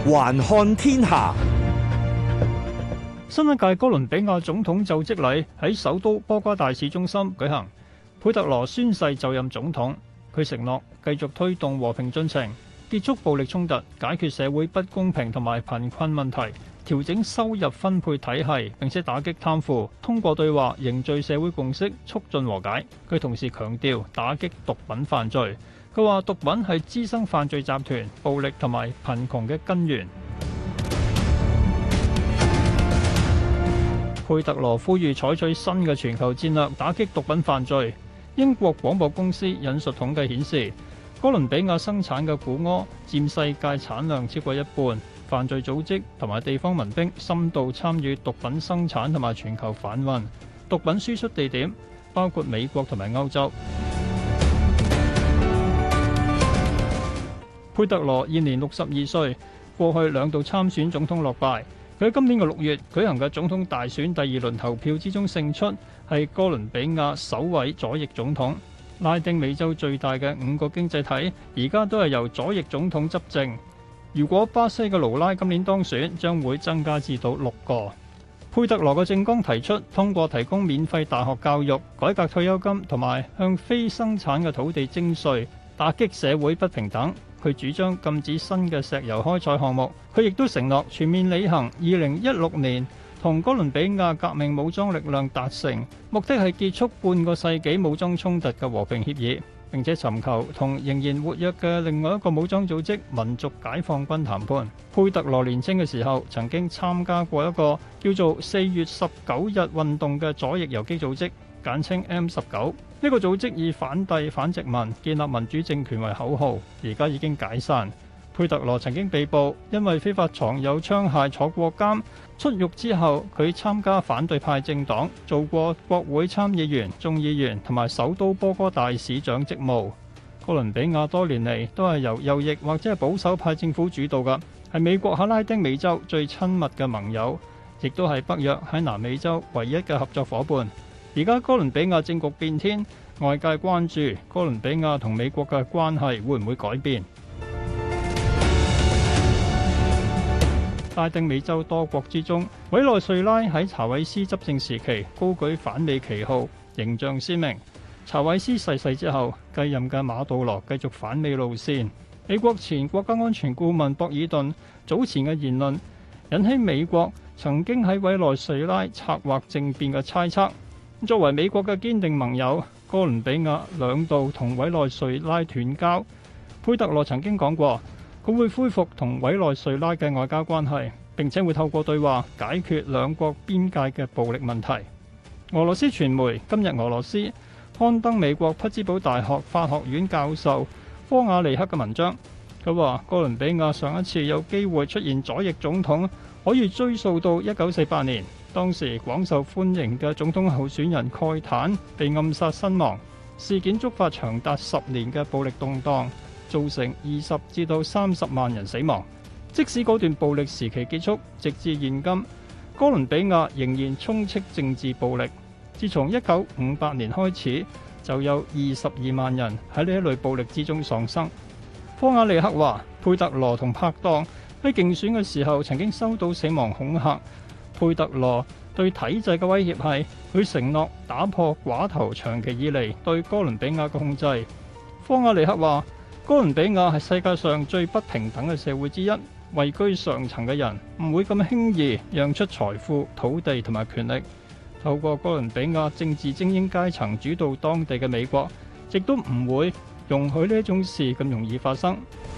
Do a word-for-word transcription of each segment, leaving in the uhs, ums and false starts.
環看天下， 新一屆哥倫比亞總統就職禮喺首都波哥大市中心舉行。佩特羅宣誓就任總統，佢承諾繼續推動和平進程，結束暴力衝突，解決社會不公平同埋貧困問題，調整收入分配體系，並且打擊貪腐，通過對話凝聚社會共識，促進和解。佢同時強調打擊毒品犯罪。佢話毒品係滋生犯罪集團、暴力同埋貧窮嘅根源。佩特羅呼籲採取新嘅全球戰略，打擊毒品犯罪。英國廣播公司引述統計顯示，哥倫比亞生產嘅古柯佔世界產量超過一半。犯罪組織同埋地方民兵深度參與毒品生產同埋全球販運。毒品輸出地點包括美國同埋歐洲。佩特羅現年六十二歲，過去兩度參選總統落敗。佢喺今年嘅六月舉行嘅總統大選第二輪投票之中勝出，係哥倫比亞首位左翼總統。拉丁美洲最大嘅五個經濟體而家都係由左翼總統執政。如果巴西嘅盧拉今年當選，將會增加至到六個。佩特羅嘅政綱提出通過提供免費大學教育、改革退休金同埋向非生產嘅土地徵稅，打擊社會不平等。佢主張禁止新嘅石油開採項目。佢亦都承諾全面履行二零一六年同哥倫比亞革命武裝力量達成，目的係結束半個世紀武裝衝突嘅和平協議，並且尋求同仍然活躍嘅另外一個武裝組織民族解放軍談判。佩特羅年輕嘅時候曾經參加過一個叫做四月十九日運動嘅左翼游擊組織，簡稱 M 十九。呢個組織以反帝反殖民、建立民主政權為口號，而家已經解散。佩特羅曾經被捕，因為非法藏有槍械坐過監。出獄之後，佢參加反對派政黨，做過國會參議員、眾議員同埋首都波哥大市長職務。哥倫比亞多年嚟都係由右翼或者係保守派政府主導嘅，係美國喺拉丁美洲最親密嘅盟友，亦都係北約喺南美洲唯一嘅合作夥伴。而家哥倫比亞政局變天，外界關注哥倫比亞同美國嘅關係會唔會改變。拉丁美洲多國之中，委內瑞拉喺查韋斯執政時期高舉反美旗號，形象鮮明。查韋斯逝世之後，繼任嘅馬杜羅繼續反美路線。美國前國家安全顧問博爾頓早前嘅言論引起美國曾經喺委內瑞拉策劃政變嘅猜測。作為美國嘅堅定盟友，哥倫比亞兩度同委內瑞拉斷交。佩特羅曾經講過，佢會恢復同委內瑞拉嘅外交關係，並且會透過對話解決兩國邊界嘅暴力問題。俄羅斯傳媒今日俄羅斯刊登美國匹茲堡大學法學院教授科瓦尼克嘅文章，佢話哥倫比亞上一次有機會出現左翼總統，可以追溯到一九四八年。當時廣受歡迎嘅總統候選人蓋坦被暗殺身亡，事件觸發長達十年嘅暴力動盪，造成二十至到三十萬人死亡。即使嗰段暴力時期結束，直至現今，哥倫比亞仍然充斥政治暴力。自從一九五八年開始，就有二十二萬人喺呢一類暴力之中喪生。科瓦利克話，佩特羅同拍檔喺競選嘅時候曾經收到死亡恐嚇。佩特羅對體制嘅威脅係佢承諾打破寡頭長期以嚟對哥倫比亞嘅控制。科瓦利克話，哥倫比亞係世界上最不平等嘅社會之一，位居上層嘅人唔會咁輕易讓出財富、土地同埋權力。透過哥倫比亞政治精英階層主導當地嘅美國，亦都唔會容許呢一種事咁容易發生。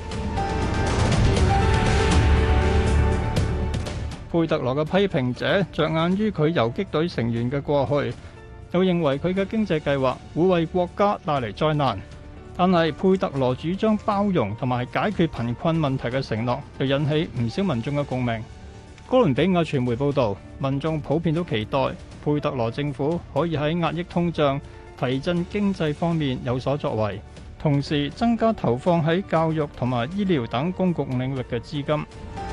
佩特羅嘅批評者着眼於佢游擊隊成員嘅過去，又認為佢嘅經濟計劃會為國家帶嚟災難。但係佩特羅主張包容同埋解決貧困問題嘅承諾，就引起唔少民眾嘅共鳴。哥倫比亞傳媒報導，民眾普遍都期待佩特羅政府可以喺壓抑通脹、提振經濟方面有所作為，同時增加投放喺教育同埋醫療等公共領域嘅資金。